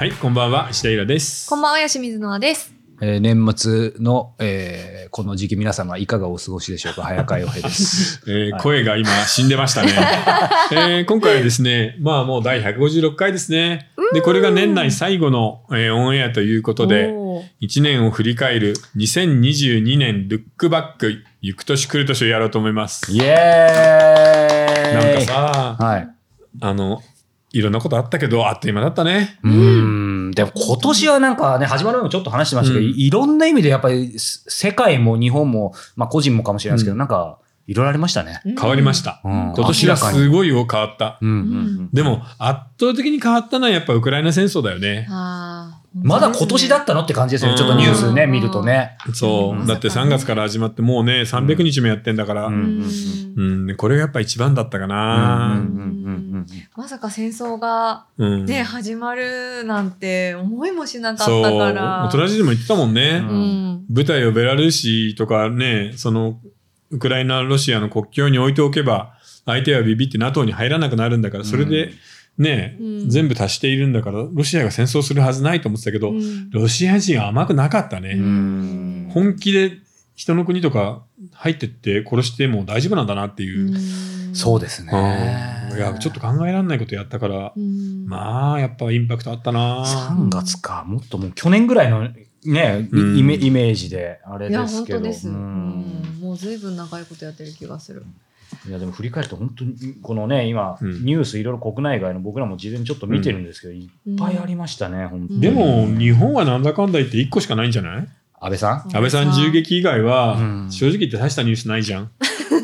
はい、こんばんは、石田イラです。 こんばんは、吉水野です。 年末の、この時期皆様いかがお過ごしでしょうか。早川洋平です、 声が今死んでましたね、今回はですね、まあもう第156回ですね。でこれが年内最後の、オンエアということで1年を振り返る2022年ルックバック行く年来る年をやろうと思います。 イエーイ。 なんかさ、 はい、 いろんなことあったけどあっという間だったね。 でも今年はなんかね、始まるのもちょっと話してましたけど、いろんな意味でやっぱり世界も日本も、まあ個人もかもしれないですけど、なんかいろいろありましたね。 変わりました、今年はすごい変わった、でも圧倒的に変わったのはやっぱウクライナ戦争だよね。 まだ今年だったのって感じですよね。ちょっとニュースね、見るとね。 そう。だって3月から始まってもうね、300日もやってんだから。これがやっぱ一番だったかな。 まさか戦争がね、始まるなんて思いもしなかったから。 そう。トラジでも言ってたもんね。部隊をベラルーシとかね、ウクライナ、ロシアの国境に置いておけば、相手はビビって NATO に入らなくなるんだから、それで、ね、全部足しているんだからロシアが戦争するはずないと思ってたけど、ロシア人は甘くなかったね。本気で人の国とか入ってって殺しても大丈夫なんだなっていう。 そうですね。 いやちょっと考えられないことやったから、まあやっぱインパクトあったな。 3月か、もっともう去年ぐらいのね、イメージであれですけど。いや本当です。 もう随分長いことやってる気がする。 いやでも振り返ると本当にこのね今、ニュースいろいろ国内外の僕らも事前にちょっと見てるんですけど、いっぱいありましたね、本当に。 でも日本はなんだかんだ言って1個しかないんじゃない？ 安倍さん銃撃以外は、正直言って大したニュースないじゃん。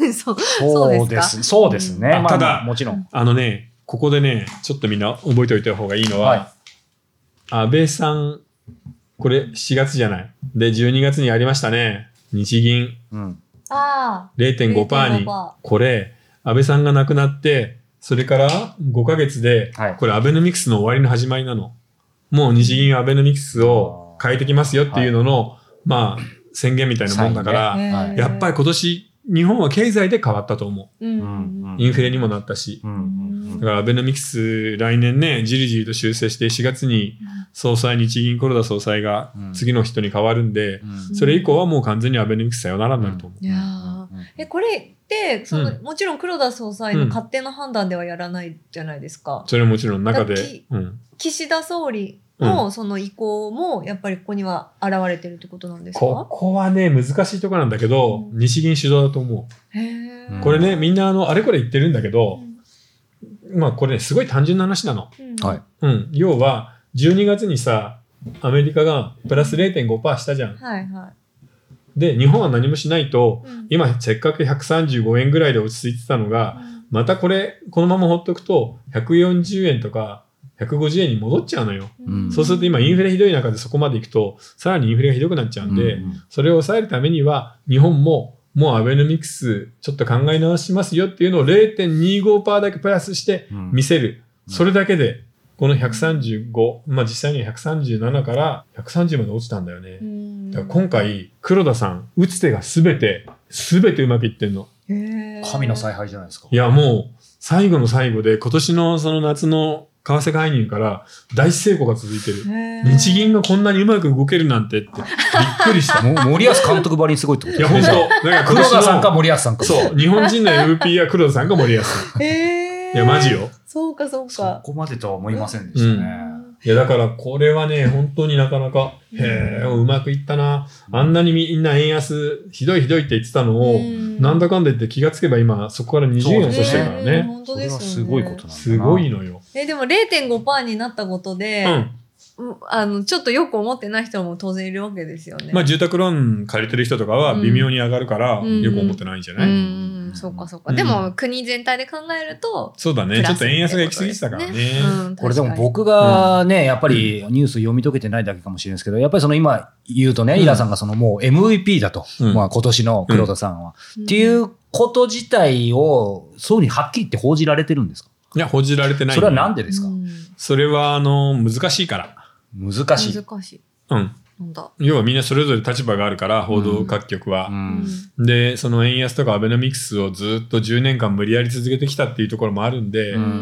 そうですね。 ただ、 もちろんここでねちょっとみんな覚えておいた方がいいのは、安倍さんこれ7月じゃないで12月にありましたね、日銀。0.5% に、これ安倍さんが亡くなってそれから5ヶ月で、これアベノミクスの終わりの始まりなの。もう日銀はアベノミクスを変えてきますよっていうのの、まあ宣言みたいなもんだから、やっぱり今年日本は経済で変わったと思う。インフレにもなったし、だからアベノミクス来年ねじりじりと修正して4月に日銀黒田総裁が次の人に変わるんで、それ以降はもう完全にアベノミクスさよならになると思う。 これってもちろん黒田総裁の勝手な判断ではやらないじゃないですか。 それはもちろん中で、 岸田総理のその意向もやっぱりここには現れてるってことなんですか？ ここはね難しいところなんだけど、日銀主導だと思う。これねみんなあれこれ言ってるんだけど、まあこれねすごい単純な話なの。要は12月にさアメリカがプラス 0.5% したじゃん。で日本は何もしないと、今せっかく135円ぐらいで落ち着いてたのが、またこのままほっとくと140円とか150円に戻っちゃうのよ。そうすると今インフレひどい中でそこまでいくとさらにインフレがひどくなっちゃうんで、それを抑えるためには日本ももうアベノミクスちょっと考え直しますよっていうのを 0.25% だけプラスして見せる、それだけでこの135、実際には137から130まで落ちたんだよね。だから今回黒田さん打つ手が全てうまくいってんの。 神の采配じゃないですか。 いやもう最後の最後で今年のその夏の為替介入から大成功が続いてる。日銀がこんなにうまく動けるなんてってびっくりした。 森保監督ばりにすごいってことですね。 いや本当。だから黒田さんか森保さんか。 そう。日本人の MVP は黒田さんか森保さん。いやマジよ。 そうか。そこまでとは思いませんでしたね。 いやだからこれはね本当になかなかうまくいったな。あんなにみんな円安ひどいって言ってたのを、なんだかんだ言って気がつけば今そこから20円落としてるからね。 本当ですよね。 それはすごいことなんだな。 すごいのよ。 でも 0.5% になったことで、ちょっとよく思ってない人も当然いるわけですよね。 住宅ローン借りてる人とかは微妙に上がるから、よく思ってないんじゃない？ そうか。でも国全体で考えるとそうだね。ちょっと円安が行き過ぎてたからね。 これでも僕がねやっぱりニュース読み解けてないだけかもしれないですけど、やっぱり今言うとね、イラさんがもう MVP だと、今年の黒田さんは、っていうこと自体をそうにはっきり言って報じられてるんですか？ いや報じられてない。 それはなんでですか？ それは難しいから。 難しい。 要はみんなそれぞれ立場があるから報道各局は、でその円安とかアベノミクスをずっと10年間無理やり続けてきたっていうところもあるんで、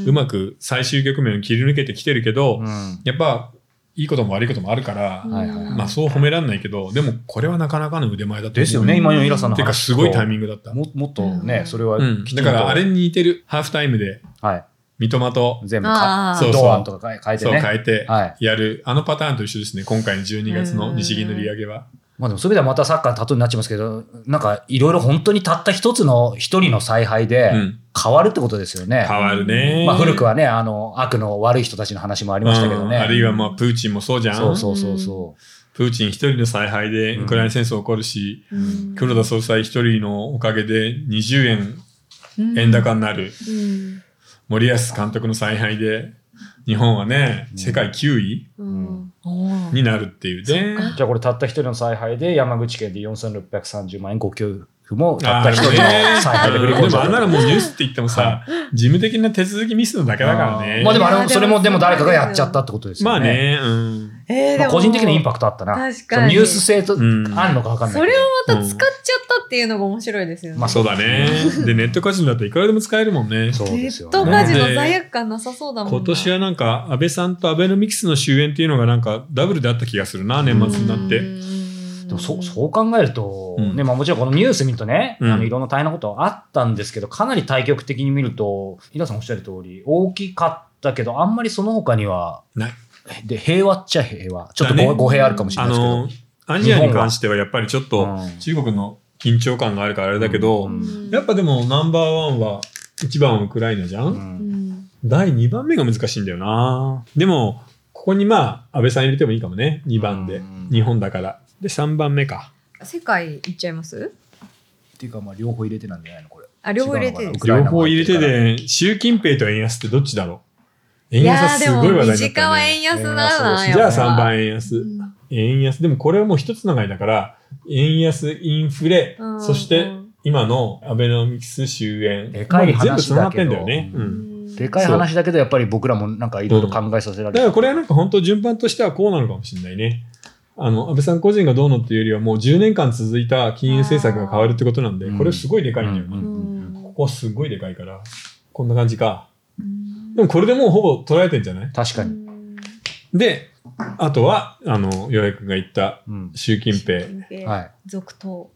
うまく最終局面を切り抜けてきてるけど、やっぱいいことも悪いこともあるから、まあそう褒めらんないけど、でもこれはなかなかの腕前だったですよね、今のイラさんの話。 てかすごいタイミングだった。 もっとね、それは、 だからあれに似てる、ハーフタイムで、三笘と全部堂安とか変えてね。 そう変えてやる、あのパターンと一緒ですね、今回の12月の日銀の利上げは。 まあでもそれではまたサッカーの例えになっちゃいますけど、なんかいろいろ本当にたった一人の采配で変わるってことですよね。 変わるね。 まあ古くはね、悪の悪い人たちの話もありましたけどね。 あるいはまあプーチンもそうじゃん。 そう。 プーチン一人の采配でウクライナ戦争起こるし、黒田総裁一人のおかげで20円高になる。森保監督の采配で日本はね、世界9位になるっていうね。 じゃあこれたった一人の采配で山口県で4630万円ご給付もたった一人の采配で振り込んじゃう。 でもあんなのもうニュースって言ってもさ、事務的な手続きミスのだけだからね。 まあでもそれもでも誰かがやっちゃったってことですよね。 まあね。 個人的なインパクトあったな。 確かに。 ニュース性とあるのか分かんないけど。 それをまた使っちゃったっていうのが面白いですよね。 まあそうだね。で、ネットカジノだといくらでも使えるもんね。 そうですよね。 ネットカジノ罪悪感なさそうだもんね。 今年はなんか安倍さんとアベノミクスの終焉っていうのがなんかダブルであった気がするな、年末になって。 でもそう考えると、まあもちろんこのニュース見るとね、いろんな大変なことあったんですけど、かなり対極的に見ると、井田さんおっしゃる通り、大きかったけど、あんまりその他には、 ない。 で、平和っちゃ平和。ちょっと語弊あるかもしれないですけど。 アジアに関してはやっぱりちょっと中国の緊張感があるからあれだけど、やっぱでもナンバーワンは、1番はウクライナじゃん、第2番目が難しいんだよな。でも、ここにまあ、安倍さん入れてもいいかもね。2番で。日本だから。で、3番目か。 世界いっちゃいます？ っていうか、まあ、両方入れてなんじゃないのこれ。 両方入れてです。 両方入れてで、習近平と円安ってどっちだろう？円安はすごい話題だったね。 身近は円安だな。 じゃあ3番円安。円安。でもこれはもう一つ長いだから、円安、インフレ、そして今のアベノミクス終焉。 でかい話だけど。 全部繋がってんだよね。 でかい話だけど、やっぱり僕らもなんかいろいろ考えさせられる。 だからこれはなんか本当順番としてはこうなのかもしれないね。安倍さん個人がどうのっていうよりはもう10年間続いた金融政策が変わるってことなんで、これすごいでかいんだよな。ここすごいでかいから、こんな感じか。でもこれでもうほぼ捉えてんじゃない？ 確かに。 で、あとは、洋平君が言った習近平。 はい。続投。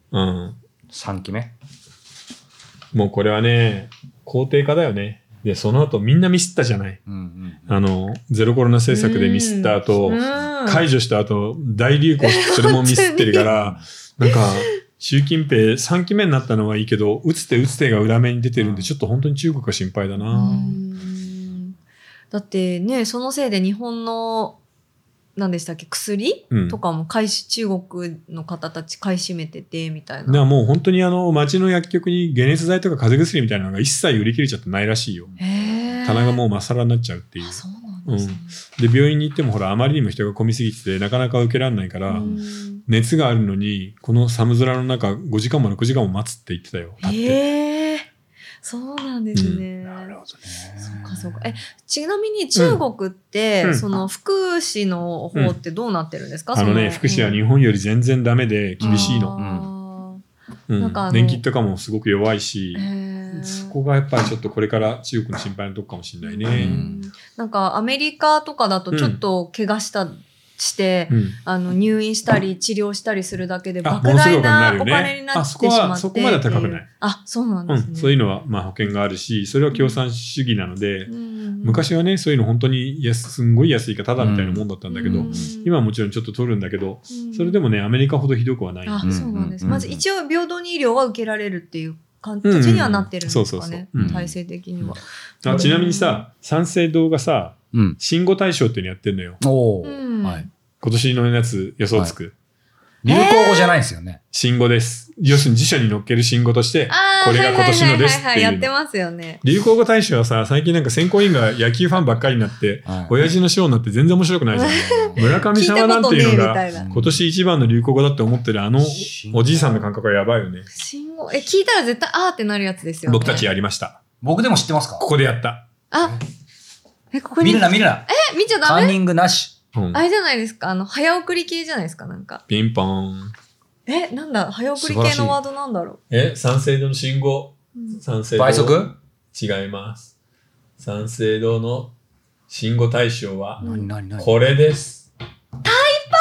3期目。 もうこれはね、肯定化だよね。で、その後みんなミスったじゃない。ゼロコロナ政策でミスった後、解除した後、大流行してそれもミスってるから、なんか、習近平3期目になったのはいいけど、打つ手が裏目に出てるんで、ちょっと本当に中国が心配だな。 だってね、そのせいで日本の、何でしたっけ、薬、とかも中国の方たち買い占めてて、みたいな。 だからもう本当に町の薬局に解熱剤とか風邪薬みたいなのが一切売り切れちゃってないらしいよ。棚がもうまさらになっちゃうっていう。 そうなんですね。 で、病院に行ってもほら、あまりにも人が混みすぎてて、なかなか受けられないから、熱があるのに、この寒空の中5時間も6時間も待つって言ってたよ。 そうなんですね。 なるほどね。 そうかそうか。ちなみに中国って、その福祉の方ってどうなってるんですか？ 福祉は日本より全然ダメで厳しいの。年金とかもすごく弱いし、そこがやっぱりちょっとこれから中国の心配なとこかもしれないね。 なんかアメリカとかだとちょっと怪我して、入院したり治療したりするだけで莫大なお金になってしまって。 そこまで高くない。 そうなんですね。 そういうのはまあ保険があるし、それは共産主義なので、昔はね、そういうの本当にすんごい安いかただみたいなもんだったんだけど、今はもちろんちょっと取るんだけど、それでもね、アメリカほどひどくはない。 そうなんです。まず一応平等に医療は受けられるっていう形にはなってるんですかね。体制的には。 ちなみにさ、三省堂がさ、新語大賞っていうのやってんのよ。今年のやつ予想つく。 流行語じゃないんですよね。 新語です。要するに辞書に載っける新語として、これが今年のですっていう。 やってますよね。 流行語大賞はさ、最近なんか選考委員が野球ファンばっかりになって、親父の賞になって全然面白くないじゃん。村上様なんていうのが、今年一番の流行語だって思ってるおじいさんの感覚はやばいよね。 新語、聞いたら絶対ってなるやつですよね。 僕たちやりました。 僕でも知ってますか？ ここでやった。 ここに。 見るな。 見ちゃダメ？ カンニングなし。 あれじゃないですか、早送り系じゃないですか、なんか。 ピンポーン。 なんだ、早送り系のワードなんだろう。 三省堂の信号。 倍速？ 違います。 三省堂の新語大賞は何これです。 タイ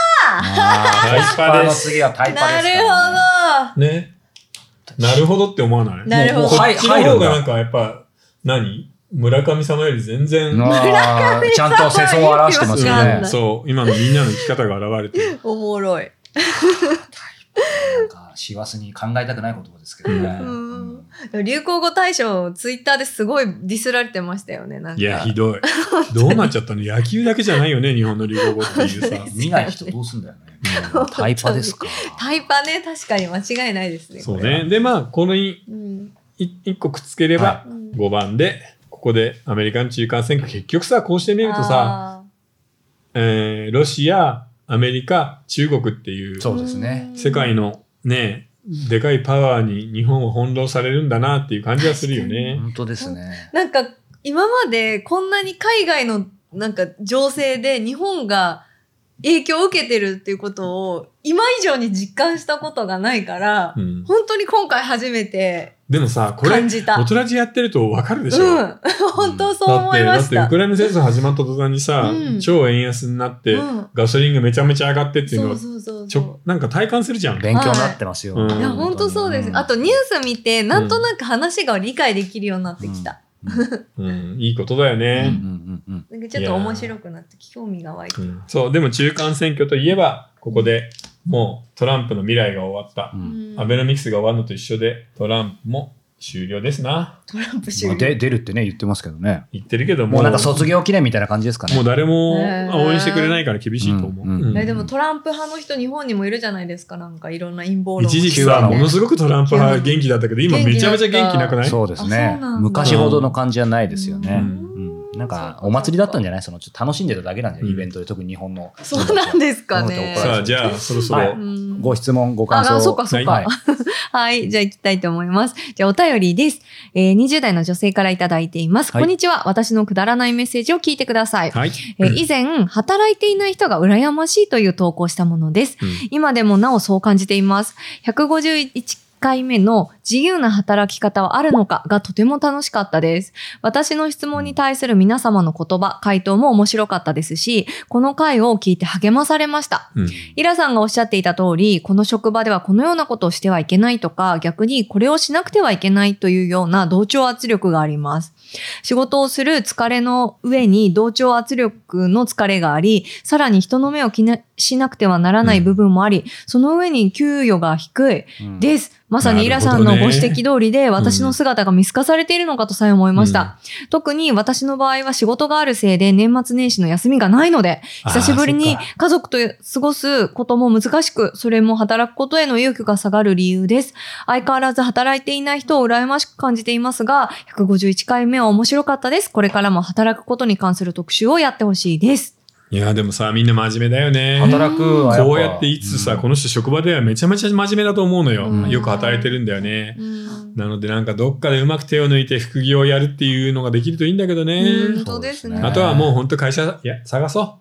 パの次はタイパですからね。 なるほど。 ね。なるほどって思わない？ なるほど。 こっちの方がなんかやっぱ村上様より全然ちゃんと世相を表してますよね。 そう今のみんなの生き方が現れてる。 おもろい。 なんか師走に考えたくない言葉ですけどね。 流行語大賞ツイッターですごいディスられてましたよね。なんかいやひどい。どうなっちゃったの？野球だけじゃないよね日本の流行語っていうさ。 見ない人どうすんだよね。タイパですか。 タイパね、確かに間違いないですね。 そうね。でこの1個くっつければ5番で、ここでアメリカの中間選挙、結局さこうしてみるとさ、ロシア、アメリカ、中国っていうそうですね。 世界のねでかいパワーに日本は翻弄されるんだなっていう感じはするよね。 本当ですね。 なんか今までこんなに海外のなんか情勢で日本が影響を受けてるっていうことを今以上に実感したことがないから、本当に今回初めてでもさ、これ、オトラジやってると分かるでしょ。 本当そう思いました。 だってウクライナ戦争始まった途端にさ、超円安になって、ガソリンがめちゃめちゃ上がってっていうのを、なんか体感するじゃん。 勉強になってますよ。 いや、本当そうです。あとニュース見て、なんとなく話が理解できるようになってきた。 いいことだよね。 なんかちょっと面白くなって興味が湧いて、 そう、でも中間選挙といえば、ここでもうトランプの未来が終わった。アベノミクスが終わるのと一緒で、トランプも終了ですな。 トランプ終了。 出るってね、言ってますけどね。 言ってるけどもうなんか卒業記念みたいな感じですかね。 もう誰も応援してくれないから厳しいと思う。 でもトランプ派の人日本にもいるじゃないですか。なんかいろんな陰謀論。 一時期はものすごくトランプ派元気だったけど、今めちゃめちゃ元気なくない？ そうですね。昔ほどの感じはないですよね。なんかお祭りだったんじゃない？ちょっと楽しんでただけなんじゃない？イベントで特に日本の。 そうなんですかね。 さあじゃあそろそろご質問ご感想。 そうか。はい、じゃあ行きたいと思います。じゃあお便りです。20代の女性からいただいています。こんにちは。私のくだらないメッセージを聞いてください。以前働いていない人が羨ましいという投稿したものです。今でもなおそう感じています。151回目の自由な働き方はあるのかがとても楽しかったです。私の質問に対する皆様の言葉、回答も面白かったですし、この回を聞いて励まされました。イラさんがおっしゃっていた通り、この職場ではこのようなことをしてはいけないとか、逆にこれをしなくてはいけないというような同調圧力があります。仕事をする疲れの上に同調圧力の疲れがあり、さらに人の目を気にしなくてはならない部分もあり、その上に給与が低いです。まさにイラさんのご指摘通りで、私の姿が見透かされているのかとさえ思いました。特に私の場合は仕事があるせいで年末年始の休みがないので、久しぶりに家族と過ごすことも難しく、それも働くことへの意欲が下がる理由です。相変わらず働いていない人を羨ましく感じていますが、151回目は面白かったです。これからも働くことに関する特集をやってほしいです。 いやでもさみんな真面目だよね。 働くはこうやっていつさ、この人職場ではめちゃめちゃ真面目だと思うのよ。よく働いてるんだよね。なのでなんかどっかでうまく手を抜いて副業をやるっていうのができるといいんだけどね。 本当ですね。 あとはもう本当会社探そう。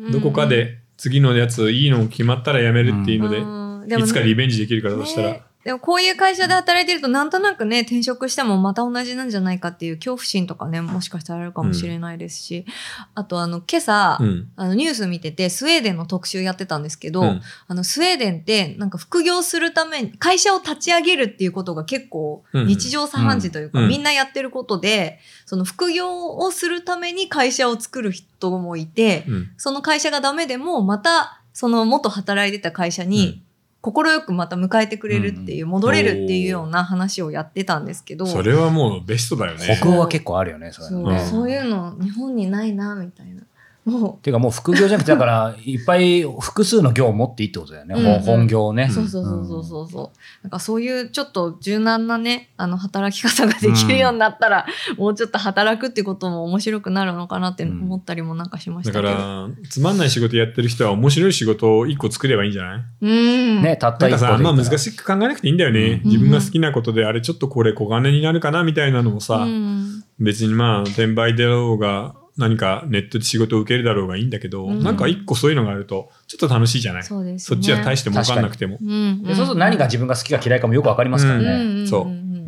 どこかで次のやついいの決まったら辞めるっていうので、いつかリベンジできるからとしたら。 でもこういう会社で働いてるとなんとなくね、転職してもまた同じなんじゃないかっていう恐怖心とかね、もしかしたらあるかもしれないですし、あと今朝、ニュース見ててスウェーデンの特集やってたんですけど、スウェーデンってなんか副業するために会社を立ち上げるっていうことが結構日常茶飯事というか、みんなやってることで、その副業をするために会社を作る人もいて、その会社がダメでもまたその元働いてた会社に、心よくまた迎えてくれるっていう、戻れるっていうような話をやってたんですけど。 それはもうベストだよね。 北欧は結構あるよね、 そういうの日本にないな、みたいな。 ていうかもう副業じゃなくて、だからいっぱい複数の業を持っていいってことだよね。本業ね。 そう。なんかそういうちょっと柔軟なね、働き方ができるようになったら、もうちょっと働くってことも面白くなるのかなって思ったりもなんかしましたけど。 だからつまんない仕事やってる人は面白い仕事を一個作ればいいんじゃない？ ね、たった一個でいいから。なんかさ、あんま難しく考えなくていいんだよね。自分が好きなことであれちょっとこれ小金になるかなみたいなのもさ、別に転売だろうが。何かネットで仕事を受けるだろうがいいんだけど、なんか一個そういうのがあるとちょっと楽しいじゃない？ そうですね。 そっちは大して儲かんなくても。 そうすると何が自分が好きか嫌いかもよくわかりますからね。 そう。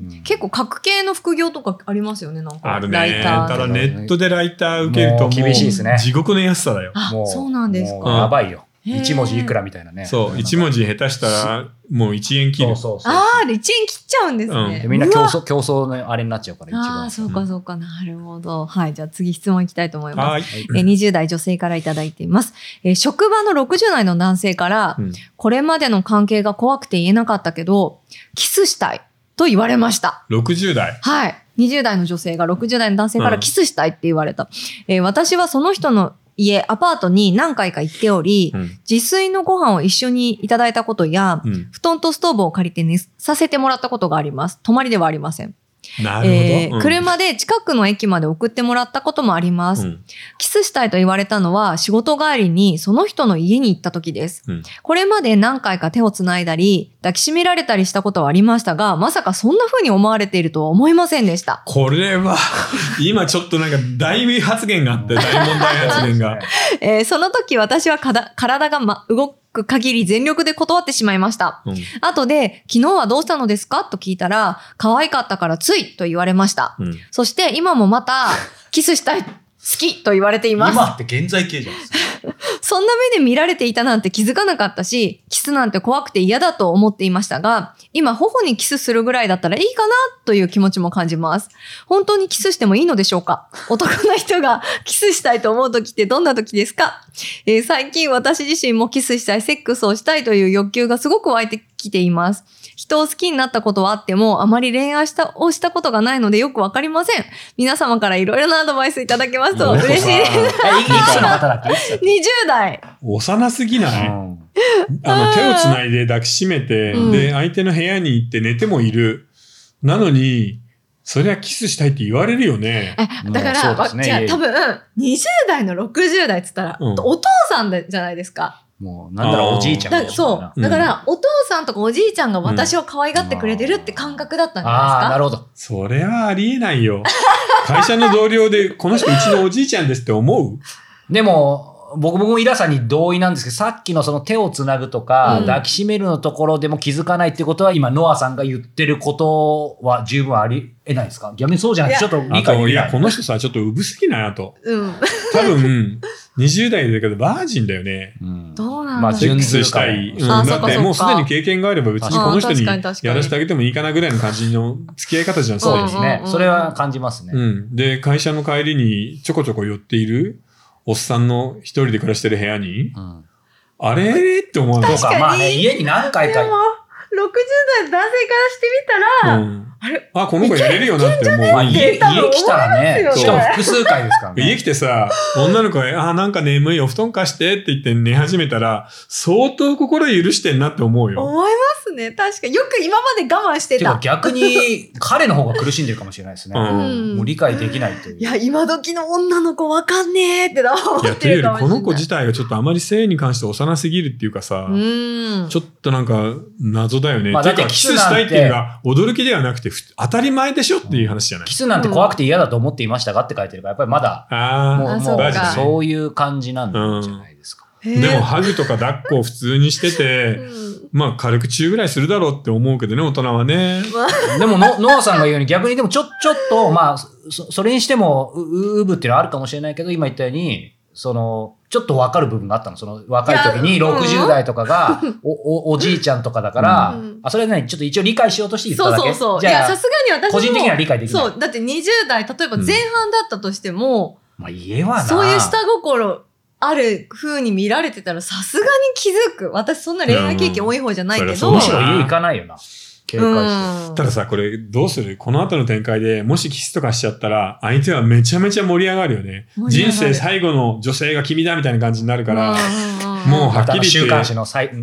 結構書く系の副業とかありますよね、なんか。 あるね。ライター。ただネットでライター受けるともう厳しいですね。 地獄の安さだよ。 もうそうなんですか。 やばいよ。1文字いくらみたいなね。 そう、1文字下手したらもう1円切る。 ああ、1円切っちゃうんですね。 みんな競争のあれになっちゃうから、 ああ、そうかそうか。なるほど。はい。じゃあ次質問いきたいと思います。20代女性からいただいています。職場の60代の男性から、これまでの関係が怖くて言えなかったけど、キスしたいと言われました。 60代はい。20代の女性が60代の男性からキスしたいって言われた。私はその人のアパートに何回か行っており、自炊のご飯を一緒にいただいたことや、布団とストーブを借りて寝させてもらったことがあります。泊まりではありません。 なるほど。 車で近くの駅まで送ってもらったこともあります。キスしたいと言われたのは仕事帰りにその人の家に行った時です。これまで何回か手をつないだり、抱きしめられたりしたことはありましたが、まさかそんな風に思われているとは思いませんでした。 これは、今ちょっとなんか大発言があって、大問題発言が。 その時私は体が動く限り全力で断ってしまいました。後で、昨日はどうしたのですかと聞いたら、可愛かったからついと言われました。そして今もまた、キスしたい、好きと言われています。 今って現在形じゃん。 そんな目で見られていたなんて気づかなかったし、キスなんて怖くて嫌だと思っていましたが、今頬にキスするぐらいだったらいいかなという気持ちも感じます。本当にキスしてもいいのでしょうか？男の人がキスしたいと思う時ってどんな時ですか？最近私自身もキスしたい、セックスをしたいという欲求がすごく湧いてきています。人を好きになったことはあっても、あまり恋愛をしたことがないのでよくわかりません。皆様からいろいろなアドバイスいただけますと嬉しいです。20代。 幼すぎない？手をつないで抱きしめて、で、相手の部屋に行って寝てもいる。なのに、そりゃキスしたいって言われるよね。 だから、じゃあ多分、20代の60代って言ったら、お父さんじゃないですか。 もう、なんだろう、おじいちゃん。 そう。だから、お父さんとかおじいちゃんが私を可愛がってくれてるって感覚だったんじゃないですか。 なるほど。 それはありえないよ。会社の同僚で、この人うちのおじいちゃんですって思う？ でも、僕もイラさんに同意なんですけど、さっきのその手をつなぐとか、抱きしめるのところでも気づかないってことは、今、ノアさんが言ってることは十分あり得ないですか？逆にそうじゃない？ちょっと理解できない。 いや、この人さ、ちょっとうぶすぎないなと。多分、20代だけど、バージンだよね。 どうなんだろう。 セックスしたい。だってもうすでに経験があれば、別にこの人にやらせてあげてもいいかなぐらいの感じの付き合い方じゃん。 そうですね。それは感じますね。 で、会社の帰りにちょこちょこ寄っているおっさんの一人で暮らしてる部屋に、あれって思わない？ そうか、まあね、家に何回か。 でも、60代の男性からしてみたら、あれ？ この子やれるよなって思う。 家来たらね、しかも複数回ですからね。 家来てさ、女の子が、なんか眠い、お布団貸してって言って寝始めたら、相当心許してんなって思うよ。 思いますね。確かに。よく今まで我慢してた。 逆に、彼の方が苦しんでるかもしれないですね。もう理解できないという。 いや、今時の女の子わかんねえって思ってるかもしれない。いや、というより、 この子自体がちょっとあまり性に関して幼すぎるっていうかさ、ちょっとなんか謎だよね。てか、キスしたいっていうのが驚きではなくて、当たり前でしょっていう話じゃない？ キスなんて怖くて嫌だと思っていましたかって書いてるから、やっぱりまだ、もうそういう感じなんじゃないですか。 でも、ハグとか抱っこを普通にしてて、軽くチューぐらいするだろうって思うけどね、大人はね。 でも、ノアさんが言うように逆にでもちょっと、それにしても、うぶっていうのはあるかもしれないけど、今言ったように、ちょっと分かる部分があったの。若い時に60代とかが、おじいちゃんとかだから、それはね、ちょっと一応理解しようとして言っただけ。 そう。いや、さすがに私も。 個人的には理解できない。 そう。だって20代、例えば前半だったとしても、 家はな。 そういう下心ある風に見られてたら、さすがに気づく。私そんな恋愛経験多い方じゃないけど。 むしろ家行かないよな。警戒して。 たださ、これどうする？この後の展開でもしキスとかしちゃったら、相手はめちゃめちゃ盛り上がるよね。人生最後の女性が君だみたいな感じになるから、もうはっきり言って、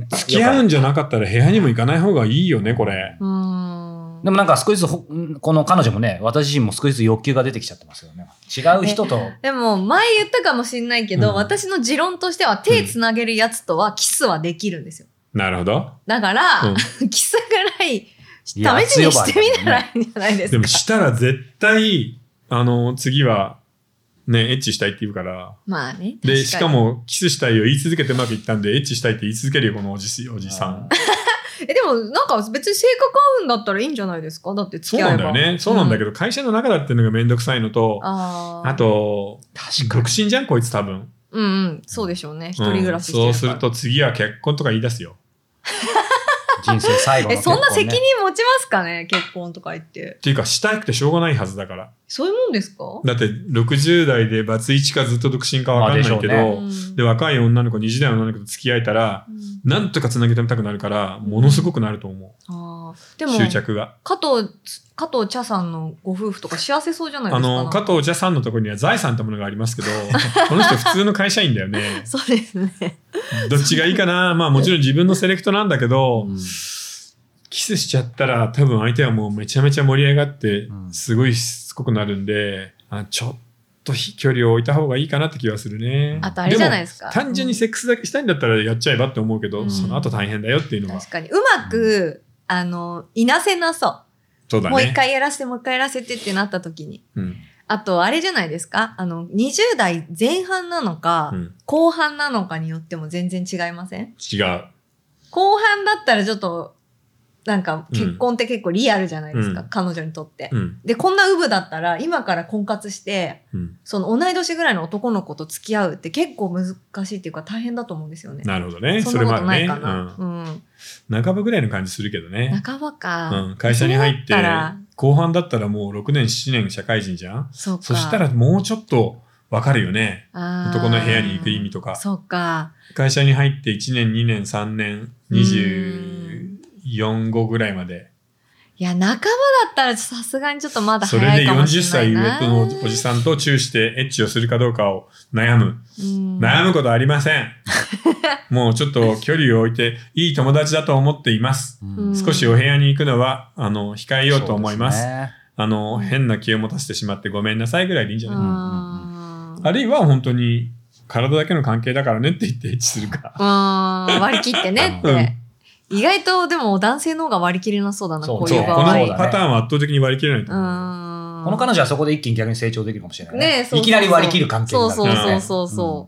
付き合うんじゃなかったら部屋にも行かない方がいいよね、これ。 でもなんか少しずつ、この彼女もね、私自身も少しずつ欲求が出てきちゃってますよね。違う人と。 でも前言ったかもしれないけど、私の持論としては手つなげるやつとはキスはできるんですよ。 なるほど。 だから、キスぐらい試しにしてみたらいいんじゃないですか。 でもしたら絶対、次は、ね、エッチしたいって言うから。 まあね。 で、しかも、キスしたいを言い続けてうまくいったんで、エッチしたいって言い続けるよ、このおじさん。 でもなんか別に性格合うんだったらいいんじゃないですか？だって付き合えば。 そうなんだよね。そうなんだけど、会社の中だっていうのがめんどくさいのと、あと、独身じゃんこいつ多分。 うんうん、そうでしょうね。一人暮らししてるから。 そうすると次は結婚とか言い出すよ。 人生最後の結婚、ね。 そんな責任持ちますかね、結婚とか言って。 っていうか、したくてしょうがないはずだから。 そういうもんですか？ だって、60代でバツイチかずっと独身かわかんないけど、で、若い女の子、20代の女の子と付き合えたら、なんとかつなげてみたくなるから、ものすごくなると思う。 でも、 執着が。 加藤茶さんのご夫婦とか幸せそうじゃないですか。 加藤茶さんのところには財産ってものがありますけど、この人普通の会社員だよね。 そうですね。 どっちがいいかな。まあもちろん自分のセレクトなんだけど、キスしちゃったら多分相手はもうめちゃめちゃ盛り上がってすごいしつこくなるんで、ちょっと距離を置いた方がいいかなって気はするね。 あとあれじゃないですか。 単純にセックスだけしたいんだったらやっちゃえばって思うけど、その後大変だよっていうのは。 確かに。うまく、いなせなそう。 そうだね。 もう一回やらせてもう一回やらせてってなった時に。あとあれじゃないですか。20代前半なのか、後半なのかによっても全然違いません？ 違う。 後半だったらちょっと、なんか結婚って結構リアルじゃないですか、彼女にとって、で、こんなウブだったら今から婚活して、その同い年ぐらいの男の子と付き合うって結構難しいっていうか大変だと思うんですよね。 なるほどね。 そんなことないかな。 半ばぐらいの感じするけどね。 半ばか。 会社に入って、後半だったらもう6年、7年社会人じゃん？そしたらもうちょっとわかるよね。男の部屋に行く意味とか。 そうか。 会社に入って1年、2年、3年、24、5ぐらいまで。 いや、半ばだったらさすがにちょっとまだ早いかもしれないな。それで 40歳上のおじさんとチューしてエッチをするかどうかを悩む。悩むことありません。もうちょっと距離を置いて、いい友達だと思っています。少しお部屋に行くのは、控えようと思います。変な気を持たせてしまってごめんなさいぐらいでいいんじゃない？あるいは本当に体だけの関係だからねって言ってエッチするか。 割り切ってねって。意外とでも男性の方が割り切れなそうだな、こういう場合。 このパターンは圧倒的に割り切れないと思う。 この彼女はそこで一気に逆に成長できるかもしれないね。いきなり割り切る関係になる。 そう。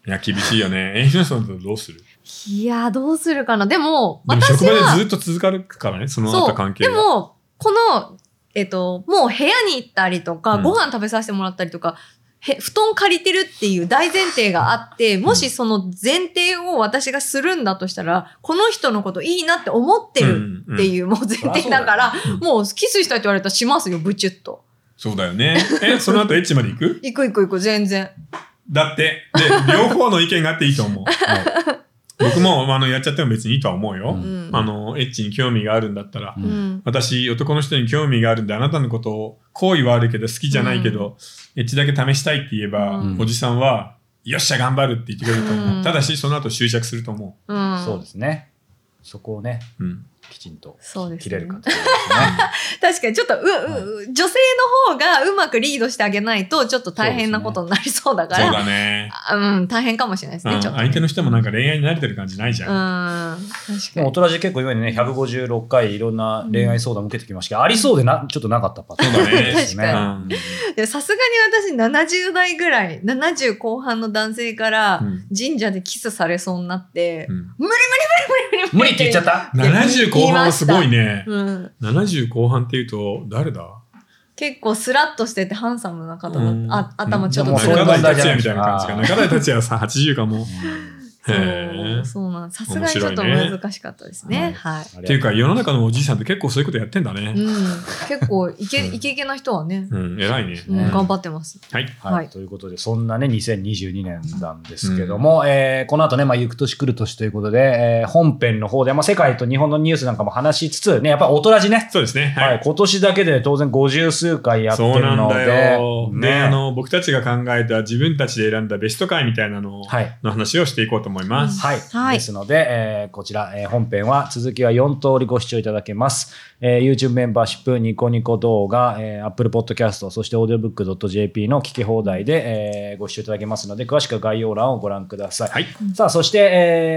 いや、厳しいよね。皆さんとどうする？ いや、どうするかな。でも、 職場でずっと続かるからね、その後関係が。 でも、この、もう部屋に行ったりとか、ご飯食べさせてもらったりとか、布団借りてるっていう大前提があって、もしその前提を私がするんだとしたら、この人のこといいなって思ってるっていうもう前提だから、もうキスしたいって言われたらしますよ、ブチュッと。 そうだよね。その後エッチまで行く？ 行く、全然。 だって、で、両方の意見があっていいと思う。僕も、やっちゃっても別にいいとは思うよ。エッチに興味があるんだったら。私、男の人に興味があるんで、あなたのことを、好意はあるけど好きじゃないけど、エッチだけ試したいって言えば、おじさんは、よっしゃ頑張るって言ってくれると思う。ただし、その後執着すると思う。そうですね。そこをね、きちんと切れるかという確かにちょっと女性の方がうまくリードしてあげないとちょっと大変なことになりそうだから。 そうだね。 大変かもしれないですね。 相手の人もなんか恋愛に慣れてる感じないじゃん。確かに。 大人じ結構今ね、156回いろんな恋愛相談を受けてきましたけど、ありそうでちょっとなかったパターン。 そうだね。 確かに。さすがに私70代ぐらい、70後半の男性から神社でキスされそうになって、 無理って言っちゃった？ 70後半はすごいね。70後半って言うと、誰だ？ 結構スラッとしててハンサムな方だ。頭ちょっと中台達也みたいな感じか。中台達也はさ、80かも。 そうなん。さすがにちょっと難しかったですね。はい。 っていうか、世の中のおじいさんって結構そういうことやってんだね。 結構イケイケな人はね。 偉いね。 頑張ってます。 はい。ということで、そんなね、2022年なんですけども、この後ね、行く年来る年ということで、本編の方で、世界と日本のニュースなんかも話しつつ、ね、やっぱり大人じね。 そうですね。 はい。今年だけで当然50数回やってるので。そうなんだよ。 で、僕たちが考えた自分たちで選んだベスト回みたいなのの話をしていこうと思います。 はい。ですので、こちら、本編は続きは4通りご視聴いただけます。YouTube メンバーシップ、ニコニコ動画、Apple Podcast、そして audiobook.jp の聞き放題で、ご視聴いただけますので、詳しくは概要欄をご覧ください。はい。さあ、そして、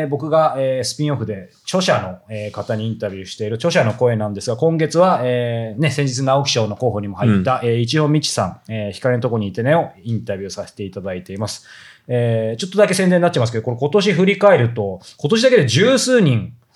僕が、スピンオフで著者の、方にインタビューしている著者の声なんですが、今月は、先日直木賞の候補にも入った、一応みちさん、光のとこにいてねをインタビューさせていただいています。ちょっとだけ宣伝になっちゃいますけど、これ今年振り返ると、今年だけで十数人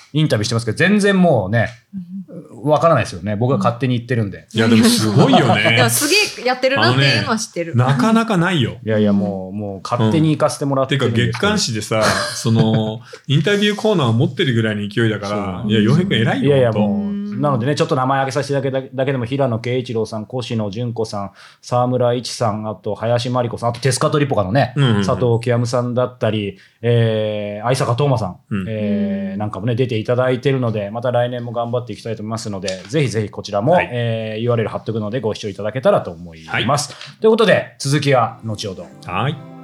インタビューしてますけど、全然もうね、わからないですよね。僕が勝手に言ってるんで。 いや、でもすごいよね。 いや、すげえやってるなっていうのは知ってる。 なかなかないよ。 いやいや、もう勝手に行かせてもらってるんですけど。 てか、月刊誌でさ、インタビューコーナーを持ってるぐらいの勢いだから、いや、洋平くん偉いよ。 いやいや、もう。なのでね、ちょっと名前挙げさせていただくだけでも、平野啓一郎さん、越野純子さん、沢村一さん、あと林真理子さん、あとテスカトリポカのね、佐藤清さんだったり、相坂東馬さん、なんかもね、出ていただいているので、また来年も頑張っていきたいと思いますので、ぜひぜひこちらも、URL 貼っておくのでご視聴いただけたらと思います。ということで、続きは後ほど。 はい。